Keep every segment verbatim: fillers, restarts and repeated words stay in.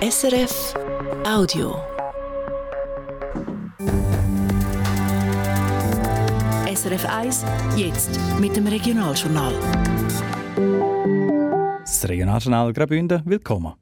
S R F Audio. S R F eins, jetzt mit dem Regionaljournal. Das Regionaljournal Graubünden, willkommen.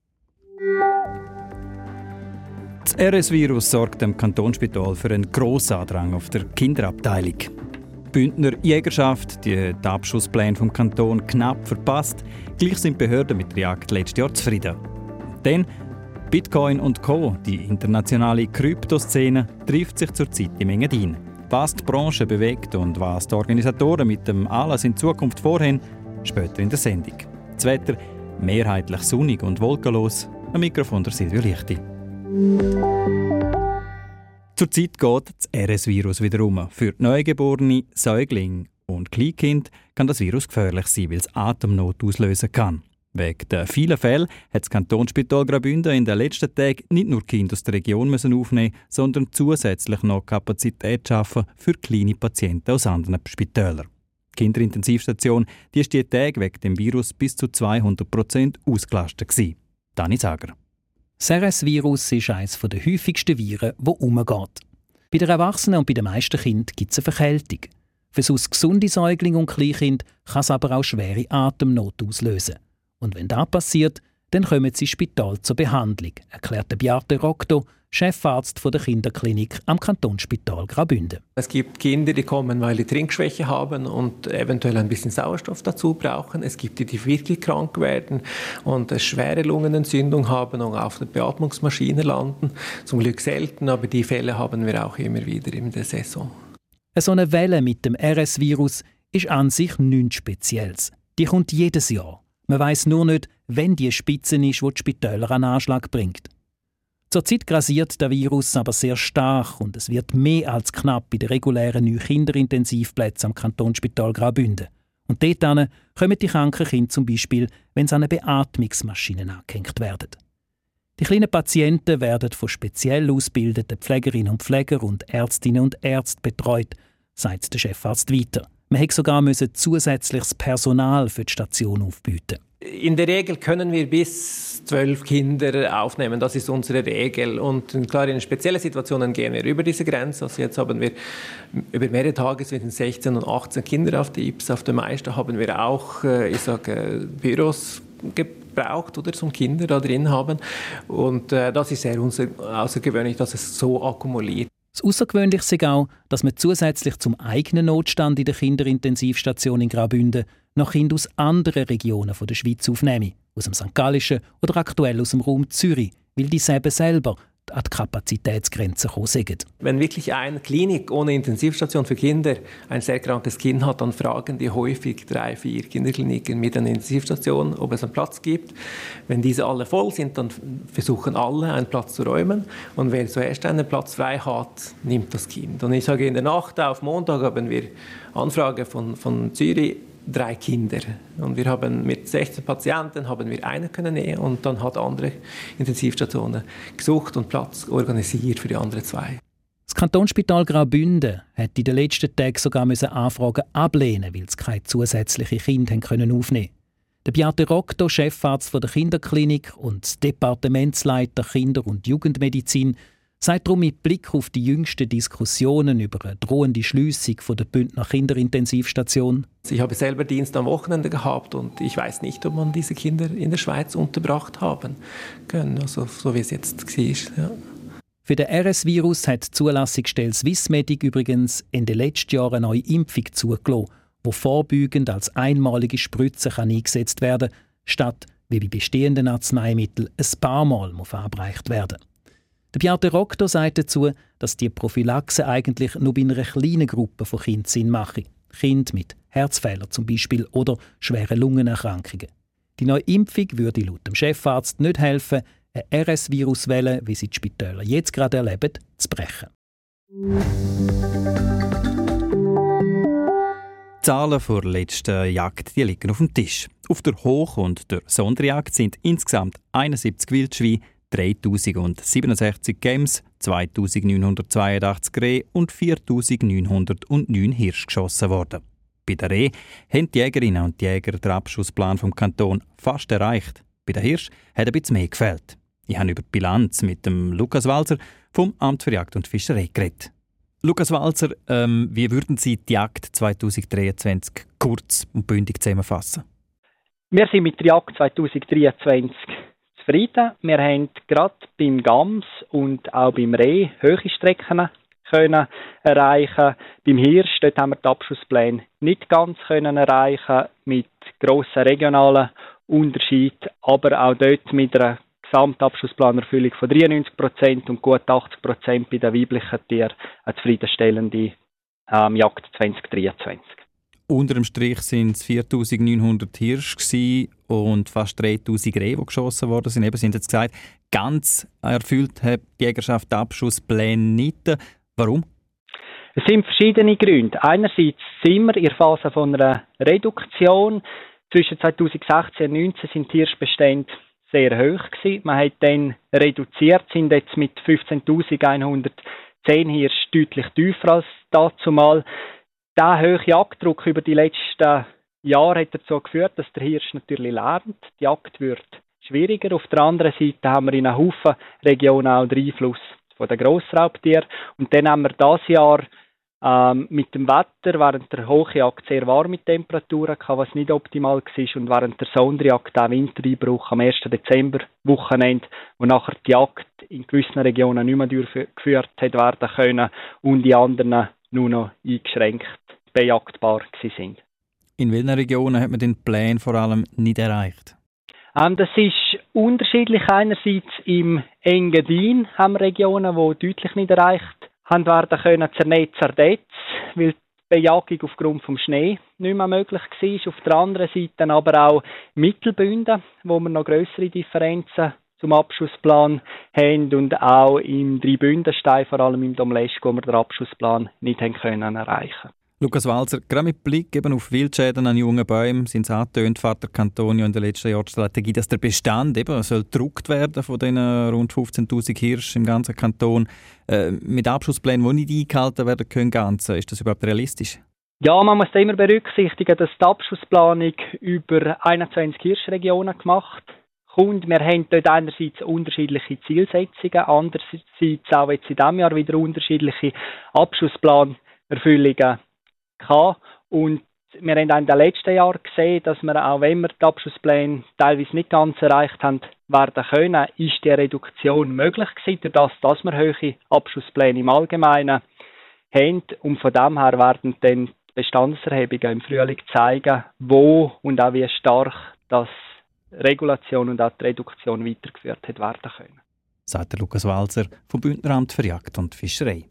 Das R S-Virus sorgt dem Kantonsspital für einen Grossandrang auf der Kinderabteilung. Die Bündner Jägerschaft, die die Abschusspläne vom Kanton knapp verpasst. Gleich sind die Behörden mit der Jagd letztes Jahr zufrieden. Denn Bitcoin und Co., die internationale Kryptoszene, trifft sich zurzeit im Engadin. Was die Branche bewegt und was die Organisatoren mit dem Anlass in Zukunft vorhaben, später in der Sendung. Das Wetter mehrheitlich sonnig und wolkenlos. Am Mikrofon der Silvio Lichti. Zurzeit geht das R S-Virus wieder um. Für Neugeborene, Säuglinge und Kleinkinder kann das Virus gefährlich sein, weil es Atemnot auslösen kann. Wegen der vielen Fälle hat das Kantonsspital Graubünden in den letzten Tagen nicht nur Kinder aus der Region müssen aufnehmen, sondern zusätzlich noch Kapazität schaffen für kleine Patienten aus anderen Spitälern. Die Kinderintensivstation die ist die Tage wegen dem Virus bis zu zweihundert Prozent ausgelastet gewesen. Dani Sager. Das R S-Virus ist eines der häufigsten Viren, das umgeht. Bei den Erwachsenen und bei den meisten Kindern gibt es eine Verkältung. Für sonst gesunde Säuglinge und Kleinkinder kann es aber auch schwere Atemnot auslösen. Und wenn das passiert, dann kommen sie ins Spital zur Behandlung, erklärte Bjarte Rokto, Chefarzt der Kinderklinik am Kantonsspital Graubünden. Es gibt Kinder, die kommen, weil sie Trinkschwäche haben und eventuell ein bisschen Sauerstoff dazu brauchen. Es gibt die, die wirklich krank werden und eine schwere Lungenentzündung haben und auf der Beatmungsmaschine landen. Zum Glück selten, aber die Fälle haben wir auch immer wieder in der Saison. So eine Welle mit dem R S-Virus ist an sich nichts Spezielles. Die kommt jedes Jahr. Man weiss nur nicht, wenn die Spitze ist, die die Spitäler an Anschlag bringt. Zurzeit grassiert der Virus aber sehr stark und es wird mehr als knapp bei den regulären neuen Kinderintensivplätzen am Kantonsspital Graubünden. Und dort kommen die kranken Kinder zum Beispiel, wenn sie an eine Beatmungsmaschine angehängt werden. Die kleinen Patienten werden von speziell ausgebildeten Pflegerinnen und Pflegern und Ärztinnen und Ärzten betreut, sagt der Chefarzt weiter. Man musste sogar zusätzliches Personal für die Station aufbieten. In der Regel können wir bis zwölf Kinder aufnehmen. Das ist unsere Regel. Und klar, in speziellen Situationen gehen wir über diese Grenze. Also jetzt haben wir über mehrere Tage zwischen sechzehn und achtzehn Kinder auf der I P S. Auf der meisten haben wir auch, ich sage, Büros gebraucht oder zum Kinder da drin haben. Und äh, das ist sehr außergewöhnlich, dass es so akkumuliert. Das Außergewöhnliche ist auch, dass man zusätzlich zum eigenen Notstand in der Kinderintensivstation in Graubünden noch Kinder aus anderen Regionen der Schweiz aufnehmen. Aus dem Sankt Gallischen oder aktuell aus dem Raum Zürich, weil die selber an die Kapazitätsgrenze gekommen sind. Wenn wirklich eine Klinik ohne Intensivstation für Kinder ein sehr krankes Kind hat, dann fragen die häufig drei, vier Kinderkliniken mit einer Intensivstation, ob es einen Platz gibt. Wenn diese alle voll sind, dann versuchen alle, einen Platz zu räumen. Und wer zuerst einen Platz frei hat, nimmt das Kind. Und ich sage, in der Nacht auf Montag haben wir Anfrage von, von Zürich, drei Kinder. Und wir haben mit sechzehn Patienten haben wir einen können nehmen und dann hat andere Intensivstationen gesucht und Platz organisiert für die anderen zwei. Das Kantonsspital Graubünden hat in den letzten Tagen sogar Anfragen ablehnen, weil es keine zusätzlichen Kinder aufnehmen konnten. Der Bjarte Rokto, Chefarzt der Kinderklinik und Departementsleiter Kinder- und Jugendmedizin, sagt darum mit Blick auf die jüngsten Diskussionen über eine drohende Schliessung der Bündner Kinderintensivstation. Ich habe selber Dienst am Wochenende gehabt und ich weiß nicht, ob man diese Kinder in der Schweiz unterbracht haben können, also so wie es jetzt war. Ja. Für den R S-Virus hat die Zulassungsstelle Swissmedic übrigens Ende letzten Jahr eine neue Impfung zugelassen, die vorbeugend als einmalige Spritze kann eingesetzt werden kann, statt wie bei bestehenden Arzneimitteln ein paar Mal verabreicht werden. Der Bjarte Rokto sagt dazu, dass die Prophylaxe eigentlich nur bei einer kleinen Gruppe von Kindern Sinn mache. Kinder mit Herzfehlern zum Beispiel oder schweren Lungenerkrankungen. Die neue Impfung würde laut dem Chefarzt nicht helfen, eine R S-Viruswelle, wie sie die Spitäler jetzt gerade erleben, zu brechen. Die Zahlen der letzten Jagd die liegen auf dem Tisch. Auf der Hoch- und der Sonderjagd sind insgesamt einundsiebzig Wildschweine, dreitausendsiebenundsechzig Gämse, zweitausendneunhundertzweiundachtzig Rehe und viertausendneunhundertneun Hirsche geschossen worden. Bei den Rehen haben die Jägerinnen und Jäger den Abschussplan vom Kanton fast erreicht. Bei den Hirschen hat ein bisschen mehr gefehlt. Ich habe über die Bilanz mit dem Lukas Walzer vom Amt für Jagd und Fischerei geredet. Lukas Walzer, ähm, wie würden Sie die Jagd zwanzig dreiundzwanzig kurz und bündig zusammenfassen? Wir sind mit der Jagd zwanzig dreiundzwanzig zufrieden. Wir haben gerade beim Gams und auch beim Reh hohe Strecken können erreichen. Beim Hirsch dort haben wir die Abschusspläne nicht ganz können erreichen mit grossen regionalen Unterschieden, aber auch dort mit einer Gesamtabschussplanerfüllung von dreiundneunzig Prozent und gut achtzig Prozent bei den weiblichen Tieren eine zufriedenstellende ähm, Jagd zwanzig dreiundzwanzig. Unter dem Strich waren es viertausendneunhundert Hirsche und fast dreitausend Rehe, die geschossen worden sind. Eben, Sie haben jetzt gesagt, ganz erfüllt hat die Jägerschaft die Abschusspläne nicht. Warum? Es sind verschiedene Gründe. Einerseits sind wir in der Phase von einer Reduktion. Zwischen zwanzig sechzehn und neunzehn sind die Hirschbestände sehr hoch gewesen. Man hat dann reduziert, sind jetzt mit fünfzehntausendeinhundertzehn Hirsch deutlich tiefer als dazumal. Der hohe Jagddruck über die letzten Jahre hat dazu geführt, dass der Hirsch natürlich lernt. Die Jagd wird schwieriger. Auf der anderen Seite haben wir in einem Haufen Regionen auch den Einfluss von den Grossraubtieren. Und dann haben wir dieses Jahr ähm, mit dem Wetter während der Hochjagd sehr warme Temperaturen gehabt, was nicht optimal war. Und während der Sonderjagd auch Wintereinbruch am ersten Dezember Wochenende, wo nachher die Jagd in gewissen Regionen nicht mehr durchgeführt hat werden können und in anderen nur noch eingeschränkt bejagdbar sind. In welchen Regionen hat man den Plan vor allem nicht erreicht? Ähm, das ist unterschiedlich. Einerseits im Engadin haben wir Regionen, die deutlich nicht erreicht haben werden können. Zernetz, Ardetz, weil die Bejagung aufgrund des Schnee nicht mehr möglich war. Auf der anderen Seite aber auch Mittelbünden, wo wir noch grössere Differenzen zum Abschussplan haben und auch im Dreibündenstein, vor allem im Domleschg, wo wir den Abschussplan nicht haben können erreichen. Lukas Walzer, gerade mit Blick eben auf Wildschäden an jungen Bäumen sind es angetönt, fährt der Kanton ja in der letzten Jahren Strategie, dass der Bestand eben soll gedruckt werden von den rund fünfzehntausend Hirschen im ganzen Kanton äh, mit Abschussplänen, die nicht eingehalten werden können. Ganze. Ist das überhaupt realistisch? Ja, man muss da immer berücksichtigen, dass die Abschussplanung über einundzwanzig Hirschregionen gemacht kommt. Wir haben dort einerseits unterschiedliche Zielsetzungen, andererseits auch jetzt in diesem Jahr wieder unterschiedliche Abschussplanerfüllungen gehabt. Und wir haben auch in den letzten Jahren gesehen, dass wir, auch wenn wir die Abschusspläne teilweise nicht ganz erreicht haben werden können, ist die Reduktion möglich gewesen, durch das, dass wir hohe Abschusspläne im Allgemeinen haben. Und von dem her werden dann die Bestandserhebungen im Frühling zeigen, wo und auch wie stark das Regulation und auch die Reduktion weitergeführt hat werden können. Sagt der Lukas Walzer vom Bündneramt für Jagd und Fischerei.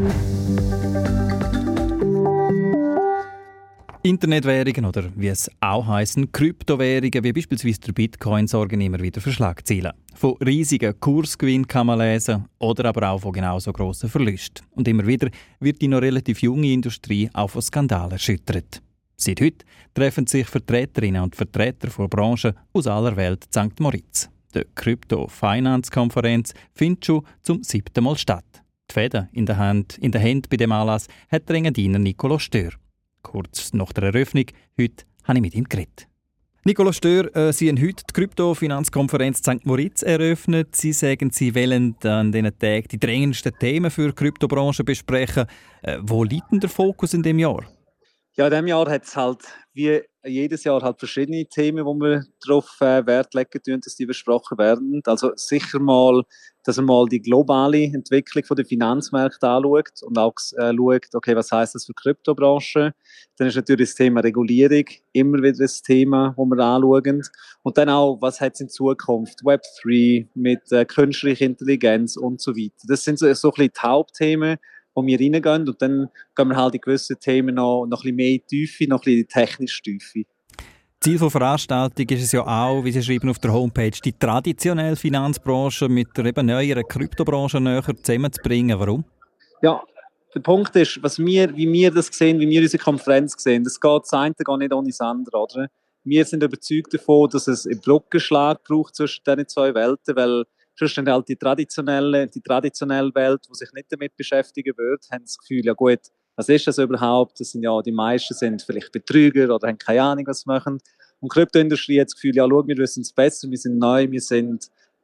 Internetwährungen oder wie es auch heißen, Kryptowährungen wie beispielsweise der Bitcoin sorgen immer wieder für Schlagzeilen. Von riesigen Kursgewinnen kann man lesen oder aber auch von genauso grossen Verlusten. Und immer wieder wird die noch relativ junge Industrie auch von Skandalen erschüttert. Seit heute treffen sich Vertreterinnen und Vertreter von Branchen aus aller Welt in Sankt Moritz. Die Crypto-Finance-Konferenz findet schon zum siebten Mal statt. Die Fäden in der Hand, in der Hand bei dem Anlass hat der Engadiner Nicolo Stör. Kurz nach der Eröffnung, heute habe ich mit ihm geredet. Nicolo Stör, äh, Sie haben heute die Krypto-Finanzkonferenz Sankt Moritz eröffnet. Sie sagen, Sie wollen an diesen Tagen die drängendsten Themen für die Kryptobranche besprechen. Äh, wo liegt denn der Fokus in diesem Jahr? Ja, in diesem Jahr hat es halt, wie jedes Jahr, halt verschiedene Themen, wo wir darauf äh, Wert legen tun, dass die besprochen werden. Also sicher mal, dass man mal die globale Entwicklung der Finanzmärkte anschaut und auch äh, schaut, okay, was heisst das für die Kryptobranche. Dann ist natürlich das Thema Regulierung immer wieder ein Thema, das wir anschauen. Und dann auch, was hat es in Zukunft, Web drei mit äh, künstlicher Intelligenz und so weiter. Das sind so, so ein bisschen die Hauptthemen, wo wir reingehen, und dann gehen wir halt in gewisse Themen noch, noch ein bisschen mehr in die Tiefe, noch ein bisschen in die technische Tiefe. Ziel der Veranstaltung ist es ja auch, wie Sie schreiben auf der Homepage, die traditionelle Finanzbranche mit der eben neueren Kryptobranche näher zusammenzubringen. Warum? Ja, der Punkt ist, was wir, wie wir das sehen, wie wir unsere Konferenz sehen, das geht das eine gar nicht ohne das andere, oder? Wir sind überzeugt davon, dass es einen Brückenschlag braucht zwischen diesen zwei Welten, weil sonst dann halt die traditionelle, die traditionelle Welt, die sich nicht damit beschäftigen wird, haben das Gefühl, ja gut, was ist das überhaupt? Das sind ja, die meisten sind vielleicht Betrüger oder haben keine Ahnung, was sie machen. Und die Kryptoindustrie hat das Gefühl, ja schau, wir wissen es besser, wir sind neu, wir sind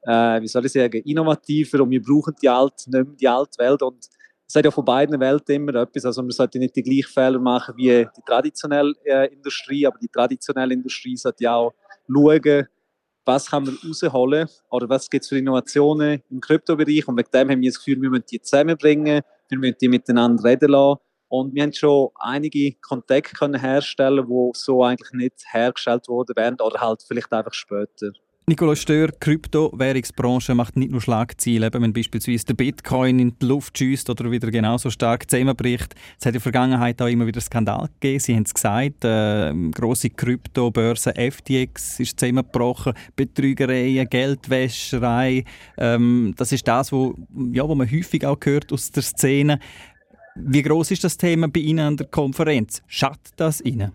äh, wie soll ich sagen, innovativer und wir brauchen die alte, nicht mehr die alte Welt. Und es hat ja von beiden Welten immer etwas. Also man sollte nicht die gleichen Fehler machen wie die traditionelle äh, Industrie, aber die traditionelle Industrie sollte ja auch schauen, was kann man rausholen oder was gibt es für Innovationen im Kryptobereich. Und wegen dem haben wir das Gefühl, wir müssen die zusammenbringen, wir müssen die miteinander reden lassen. Und wir haben schon einige Kontakte können herstellen, die so eigentlich nicht hergestellt worden wären oder halt vielleicht einfach später. Nicola Stör, die Kryptowährungsbranche macht nicht nur Schlagzeilen, eben wenn beispielsweise der Bitcoin in die Luft schießt oder wieder genauso stark zusammenbricht. Es hat in der Vergangenheit auch immer wieder Skandal gegeben. Sie haben es gesagt, äh, grosse Kryptobörse F T X ist zusammengebrochen, Betrügereien, Geldwäscherei. Ähm, das ist das, wo, ja, wo man häufig auch hört aus der Szene. Wie gross ist das Thema bei Ihnen an der Konferenz? Schadet das Ihnen?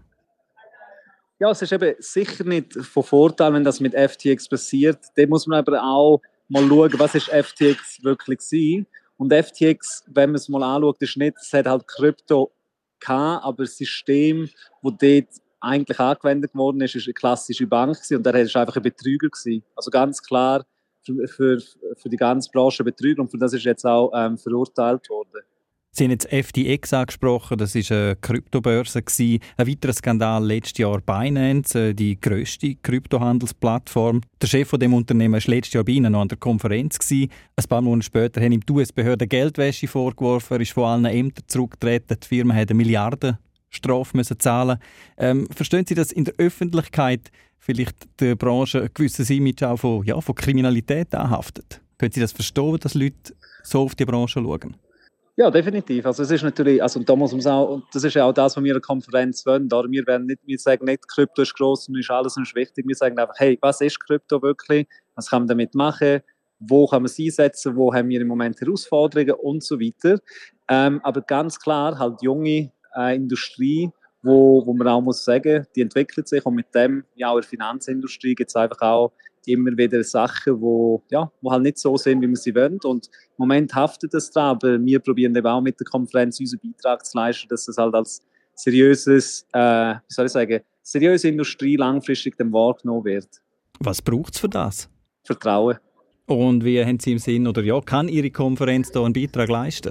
Ja, es ist eben sicher nicht von Vorteil, wenn das mit F T X passiert. Da muss man aber auch mal schauen, was ist F T X wirklich gewesen. Und F T X, wenn man es mal anschaut, ist nicht, es hat halt Krypto gehabt, aber das System, das dort eigentlich angewendet worden ist, ist eine klassische Bank gewesen, und der war einfach ein Betrüger gewesen. Also ganz klar für, für, für die ganze Branche ein Betrüger, und für das ist jetzt auch ähm, verurteilt worden. Sie haben jetzt F T X angesprochen, das war eine Kryptobörse. Ein weiterer Skandal letztes Jahr Binance, die grösste Kryptohandelsplattform. Der Chef von dem Unternehmen war letztes Jahr bei Ihnen noch an der Konferenz. Ein paar Monate später haben ihm die U S-Behörden Geldwäsche vorgeworfen, er ist von allen Ämtern zurückgetreten, die Firma musste eine Milliardenstrafe zahlen. Ähm, verstehen Sie, dass in der Öffentlichkeit vielleicht der Branche ein gewisses Image auch von, ja, von Kriminalität anhaftet? Können Sie das verstehen, dass Leute so auf die Branche schauen? Ja, definitiv. Also es ist natürlich, also da muss man auch, und das ist ja auch das, was wir an der Konferenz wollen. Oder? Wir, werden nicht, wir sagen nicht, Krypto ist gross und ist alles nicht wichtig. Wir sagen einfach, hey, was ist Krypto wirklich? Was kann man damit machen? Wo kann man es einsetzen? Wo haben wir im Moment Herausforderungen und so weiter. Ähm, aber ganz klar, halt junge äh, Industrie, wo, wo man auch muss sagen, die entwickelt sich, und mit dem, ja, auch in der Finanzindustrie gibt es einfach auch immer wieder Sachen, wo, ja, wo halt nicht so sind, wie wir sie wollen. Und im Moment haftet das dran, aber wir probieren eben auch mit der Konferenz unseren Beitrag zu leisten, dass das halt als seriöses, äh, wie soll ich sagen, seriöse Industrie langfristig dann wahrgenommen wird. Was braucht es für das? Vertrauen. Und wie haben Sie im Sinn, oder ja, kann Ihre Konferenz da einen Beitrag leisten?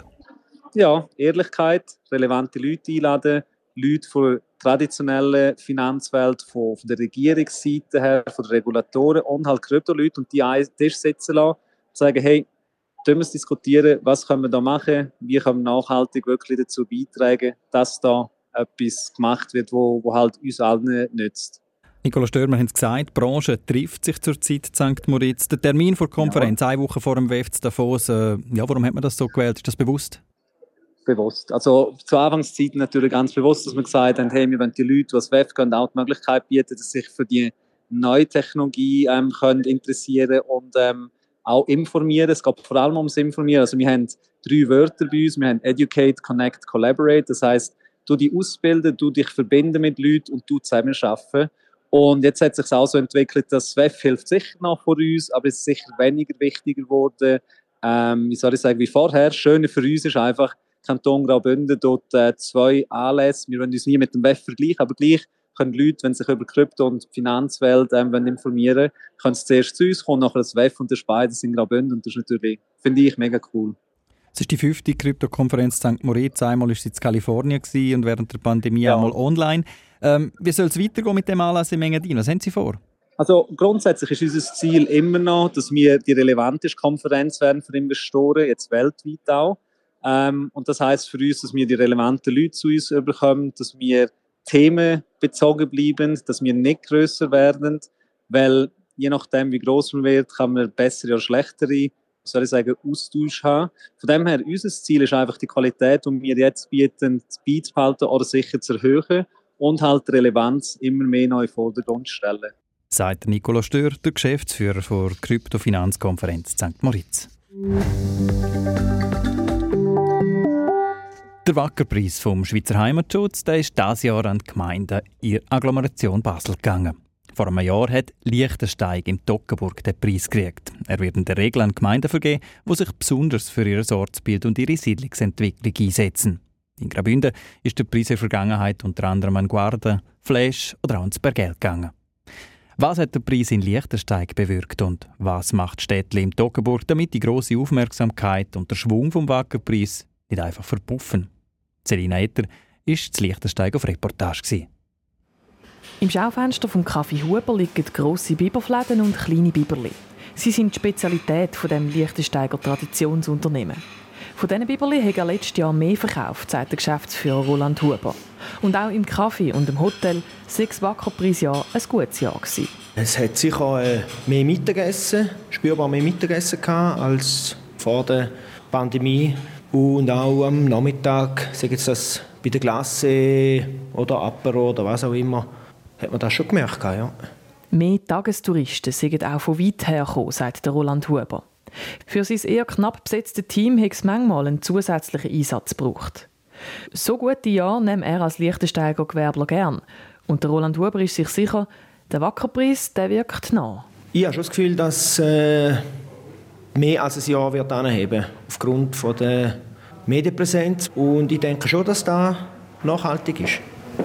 Ja, Ehrlichkeit, relevante Leute einladen, Leute von der traditionellen Finanzwelt, von, von der Regierungsseite her, von den Regulatoren und halt Krypto-Leute, und die an den Tisch sitzen lassen und sagen, hey, können wir es diskutieren, was können wir da machen, wie können wir nachhaltig wirklich dazu beitragen, dass da etwas gemacht wird, wo, wo halt uns allen nützt. Nicola Störmer hat es gesagt, die Branche trifft sich zurzeit in Sankt Moritz. Der Termin vor der Konferenz, ja. eine Woche vor dem W E F in Davos, äh, ja, warum hat man das so gewählt? Ist das bewusst? Bewusst. Also zu Anfangszeiten natürlich ganz bewusst, dass wir gesagt haben, hey, wir wollen die Leute, die das W E F können, auch die Möglichkeit bieten, dass sie sich für die neue Technologie ähm, können interessieren und ähm, auch informieren. Es geht vor allem ums Informieren. Also wir haben drei Wörter bei uns. Wir haben Educate, Connect, Collaborate. Das heisst, du dich ausbilden, du dich verbinden mit Leuten und du zusammen arbeiten. Und jetzt hat es sich auch so entwickelt, dass das W E F hilft sicher noch vor uns, aber es ist sicher weniger wichtiger geworden, ähm, wie soll ich sagen, wie vorher. Das Schöne für uns ist einfach, Kanton Graubünden dort äh, zwei Anlässe. Wir wollen uns nie mit dem W E F vergleichen, aber gleich können Leute, wenn sie sich über Krypto- und Finanzwelt ähm, informieren wollen, können sie zuerst zu uns kommen, nachher das W E F und das beides in Graubünden. Und das ist natürlich, finde ich, mega cool. Es ist die fünfte Krypto-Konferenz Sankt Moritz. Einmal war sie in Kalifornien und während der Pandemie ja. einmal online. Ähm, wie soll es weitergehen mit dem Anlass in Engadin? Was haben Sie vor? Also grundsätzlich ist unser Ziel immer noch, dass wir die relevanteste Konferenz werden für Investoren, jetzt weltweit auch. Ähm, und das heisst für uns, dass wir die relevanten Leute zu uns bekommen, dass wir themenbezogen bleiben, dass wir nicht grösser werden, weil je nachdem, wie gross man wird, kann man bessere oder schlechtere, soll ich sagen, Austausch haben. Von dem her, unser Ziel ist einfach die Qualität, die wir jetzt bieten, beizubehalten oder sicher zu erhöhen und halt die Relevanz immer mehr neu in den Vordergrund stellen. Sagt Nicola Stör, der Geschäftsführer der Kryptofinanzkonferenz Sankt Moritz. Der Wackerpreis vom Schweizer Heimatschutz der ist dieses Jahr an die Gemeinden in der Agglomeration Basel gegangen. Vor einem Jahr hat Liechtensteig im Toggenburg den Preis gekriegt. Er wird in der Regel an Gemeinden vergeben, die sich besonders für ihr Ortsbild und ihre Siedlungsentwicklung einsetzen. In Graubünden ist der Preis in der Vergangenheit unter anderem an Guarda, Fläsch oder auch ans Bergell gegangen. Was hat der Preis in Liechtensteig bewirkt und was macht Städtli im Toggenburg, damit die grosse Aufmerksamkeit und der Schwung vom Wackerpreis nicht einfach verpuffen? Selina Etter war zu Liechtensteig auf Reportage. Im Schaufenster vom Café Huber liegen grosse Biberfläden und kleine Biberli. Sie sind die Spezialität von dem Liechtensteiger Traditionsunternehmen. Von diesen Biberli hat er letztes Jahr mehr verkauft, sagt der Geschäftsführer Roland Huber. Und auch im Café und im Hotel sei das Wackerpreisjahr ein gutes Jahr gewesen. Es hat sicher äh, mehr Mittagessen, spürbar mehr Mittagessen gehabt als vor der Pandemie. Und auch am Nachmittag, sagen Sie das bei der Glace oder Apero oder was auch immer, hat man das schon gemerkt. Ja. Mehr Tagestouristen sind auch von weit her gekommen, sagt der Roland Huber. Für sein eher knapp besetzte Team hat es manchmal einen zusätzlichen Einsatz gebraucht. So gute Jahre nimmt er als Liechtensteiger Gewerbler gern. Und der Roland Huber ist sich sicher, der Wackerpreis der wirkt nach. Ich habe schon das Gefühl, dass äh, mehr als ein Jahr wird anheben aufgrund von der Medienpräsenz. Und ich denke schon, dass das nachhaltig ist.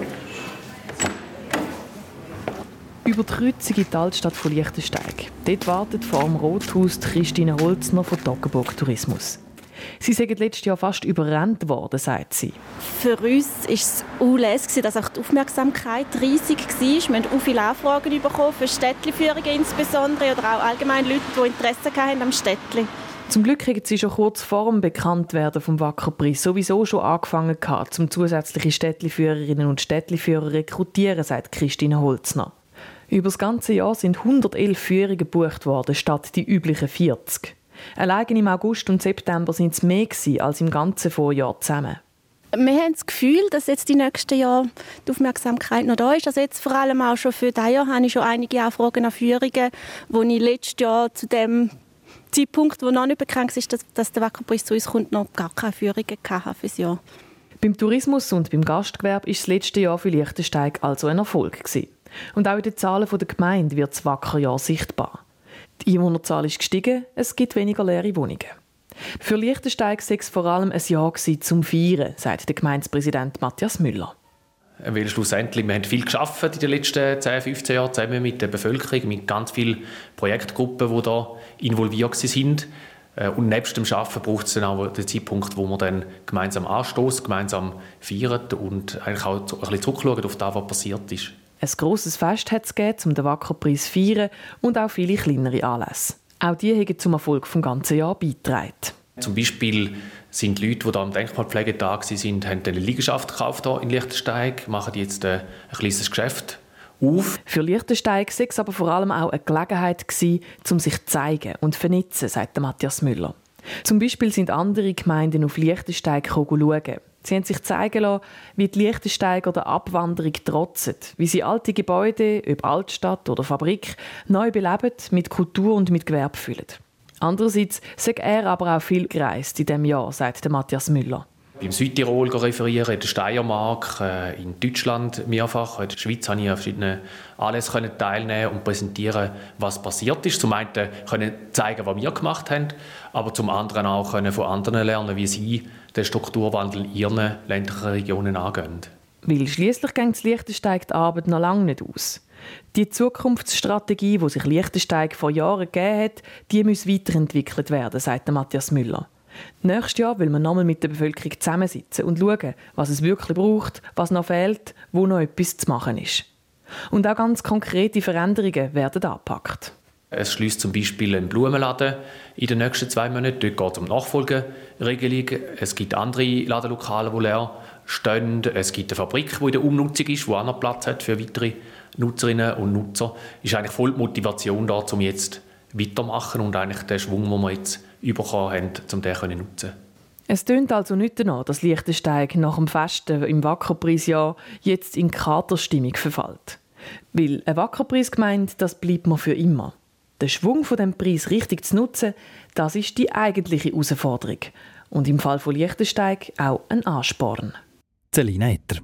Über die Kreuzung in die Altstadt von Liechtensteig. Dort wartet vor dem Rothaus Christine Holzner von Toggenburg Tourismus. Sie sind letztes Jahr fast überrannt worden, sagt sie. Für uns war es unlässig, dass auch die Aufmerksamkeit riesig war. Wir haben auch viele Anfragen bekommen, für Städtli-Führungen insbesondere oder auch allgemein Leute, die Interesse hatten am Städtli. Zum Glück haben sie schon kurz vor dem Bekanntwerden vom Wackerpreis sowieso schon angefangen, um zusätzliche Städtli-Führerinnen und Städtli-Führer zu rekrutieren, sagt Christine Holzner. Über das ganze Jahr sind hundertelf Führungen gebucht worden, statt die üblichen vierzig. Allein im August und September waren es mehr als im ganzen Vorjahr zusammen. Wir haben das Gefühl, dass jetzt die nächsten Jahre die Aufmerksamkeit noch da ist. Also jetzt vor allem auch schon für dieses Jahr habe ich schon einige Anfragen an Führungen, wo ich letztes Jahr zu dem Zeitpunkt, wo noch nicht bekannt ist, dass, dass der Wackerpreis zu uns kommt, noch gar keine Führungen hatte für das Jahr. Beim Tourismus und beim Gastgewerbe war das letzte Jahr für Liechtensteig also ein Erfolg gewesen. Und auch in den Zahlen der Gemeinde wird das Wackerjahr sichtbar. Die Einwohnerzahl ist gestiegen, es gibt weniger leere Wohnungen. Für Liechtensteig war es vor allem ein Jahr zum Feiern, sagt der Gemeindepräsident Matthias Müller. Weil schlussendlich, wir haben viel gearbeitet in den letzten zehn, fünfzehn Jahren zusammen mit der Bevölkerung, mit ganz vielen Projektgruppen, die da involviert sind. Und nebst dem Arbeiten braucht es dann auch den Zeitpunkt, wo man dann gemeinsam anstoßt, gemeinsam feiert und eigentlich auch ein bisschen zurückschaut auf das, was passiert ist. Ein grosses Fest hat es gegeben, um den Wackerpreis zu feiern und auch viele kleinere Anlässe. Auch die haben zum Erfolg des ganzen Jahres beigetragen. Zum Beispiel sind Leute, die da am Denkmalpflegetag waren, haben eine Liegenschaft gekauft hier in Liechtensteig, machen jetzt ein kleines Geschäft auf. Für Liechtensteig war es aber vor allem auch eine Gelegenheit, um sich zu zeigen und zu vernetzen, sagt Matthias Müller. Zum Beispiel sind andere Gemeinden auf Liechtensteig schauen. Sie haben sich zeigen lassen, wie die Liechtensteiger der Abwanderung trotzen, wie sie alte Gebäude, ob Altstadt oder Fabrik, neu beleben, mit Kultur und mit Gewerbe füllen. Andererseits sei er aber auch viel gereist in diesem Jahr, sagt Matthias Müller. Im Südtirol referieren, in der Steiermark, in Deutschland mehrfach. In der Schweiz konnte ich an verschiedenen Anlässen teilnehmen und präsentieren, was passiert ist. Zum einen können zeigen, was wir gemacht haben, aber zum anderen auch können von anderen lernen, wie sie den Strukturwandel in ihren ländlichen Regionen angehen. Weil schliesslich geht das Liechtensteig die Arbeit noch lange nicht aus. Die Zukunftsstrategie, die sich Liechtensteig vor Jahren gegeben hat, die muss weiterentwickelt werden, sagt Matthias Müller. Nächstes Jahr will man nochmal mit der Bevölkerung zusammensitzen und schauen, was es wirklich braucht, was noch fehlt, wo noch etwas zu machen ist. Und auch ganz konkrete Veränderungen werden angepackt. Es schließt zum Beispiel einen Blumenladen in den nächsten zwei Monaten. Dort geht es um Nachfolgeregelung. Es gibt andere Ladenlokale, die leer stehen. Es gibt eine Fabrik, die in der Umnutzung ist, die auch noch Platz hat für weitere Nutzerinnen und Nutzer. Es ist eigentlich voll die Motivation da, um jetzt weitermachen und eigentlich den Schwung, den wir jetzt bekommen haben, um den zu nutzen. Es tönt also nicht danach, dass Liechtensteig nach dem Festen im Wackerpreisjahr jetzt in Katerstimmung verfällt. Weil ein Wackerpreis gemeint, das bleibt mir für immer. Den Schwung von dem Preis richtig zu nutzen, das ist die eigentliche Herausforderung. Und im Fall von Liechtensteig auch ein Ansporn. Selina Etter.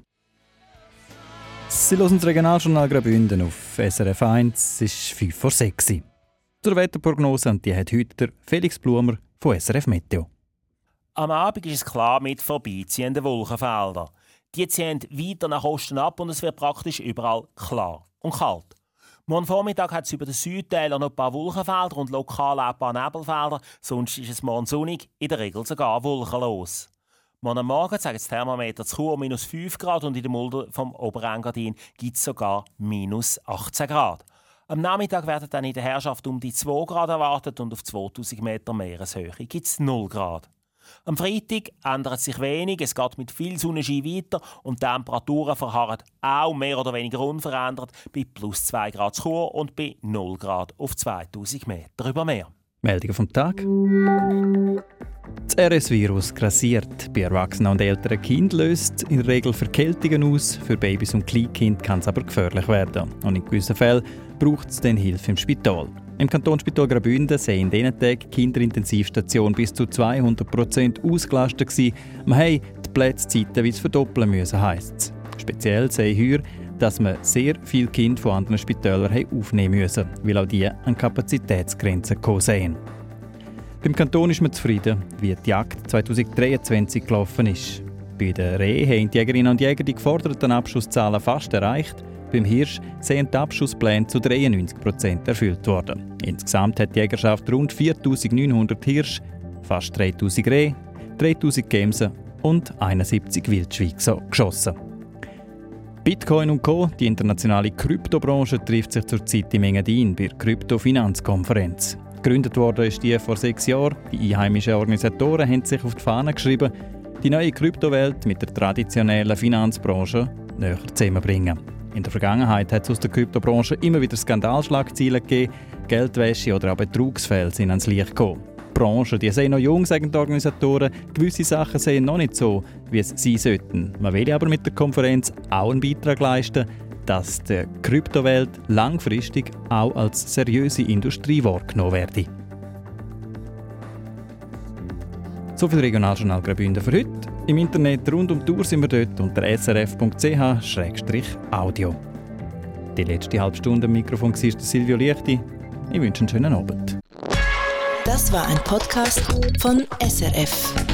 Sie hören das Regionaljournal Graubünden auf S R F eins. Es ist fünf vor sechs. Zur Wetterprognose, und die hat heute der Felix Blumer von S R F Meteo. Am Abend ist es klar mit vorbeiziehenden Wolkenfeldern. Die ziehen weiter nach Osten ab und es wird praktisch überall klar und kalt. Morgen Vormittag hat es über den Südtälern noch ein paar Wolkenfelder und lokal auch ein paar Nebelfelder. Sonst ist es morgen sonnig, in der Regel sogar wolkenlos. Morgen Morgen zeigt das Thermometer zu Chur minus fünf Grad und in der Mulde vom Oberengadin gibt es sogar minus achtzehn Grad. Am Nachmittag werden dann in der Herrschaft um die zwei Grad erwartet und auf zweitausend Meter Meereshöhe gibt es null Grad. Am Freitag ändert sich wenig, es geht mit viel Sonnenschein weiter und die Temperaturen verharren auch mehr oder weniger unverändert bei plus zwei Grad zu Chur und bei null Grad auf zweitausend Meter über Meer. Meldungen vom Tag. Das R S-Virus grassiert. Bei erwachsenen und älteren Kindern löst in der Regel Verkältungen aus. Für Babys und Kleinkinder kann es aber gefährlich werden. Und in gewissen Fällen braucht es dann Hilfe im Spital. Im Kantonsspital Graubünden sei in diesen Tagen die Kinderintensivstation bis zu zweihundert Prozent ausgelastet gewesen. Man musste die Plätze zeitweise verdoppeln müssen, heisst es. Speziell sei heuer, dass man sehr viele Kinder von anderen Spitälern aufnehmen musste, weil auch die an Kapazitätsgrenzen gekommen seien. Beim Kanton ist man zufrieden, wie die Jagd zwanzig dreiundzwanzig gelaufen ist. Bei der Rehe haben die Jägerinnen und Jäger die geforderten Abschusszahlen fast erreicht. Beim Hirsch sind die Abschusspläne zu dreiundneunzig Prozent erfüllt worden. Insgesamt hat die Jägerschaft rund viertausendneunhundert Hirsch, fast dreitausend Rehe, dreitausend Gämsen und einundsiebzig Wildschweine geschossen. Bitcoin und Co., die internationale Kryptobranche, trifft sich zurzeit im Engadin bei der Krypto-Finanzkonferenz. Gegründet worden ist die vor sechs Jahren. Die einheimischen Organisatoren haben sich auf die Fahne geschrieben, die neue Kryptowelt mit der traditionellen Finanzbranche näher zusammenbringen. In der Vergangenheit hat es aus der Kryptobranche immer wieder Skandalschlagzeilen gegeben, Geldwäsche oder auch Betrugsfälle sind ans Licht gekommen. Die Branche, die sei noch jung, sagen die Organisatoren, gewisse Sachen seien noch nicht so, wie es sein sollten. Man will aber mit der Konferenz auch einen Beitrag leisten, dass die Kryptowelt langfristig auch als seriöse Industrie wahrgenommen werde. So viel Regionaljournal Graubünden für heute. Im Internet rund um die Uhr sind wir dort unter s r f punkt c h slash audio. Die letzte halbe Stunde am Mikrofon war Silvio Liechti. Ich wünsche einen schönen Abend. Das war ein Podcast von S R F.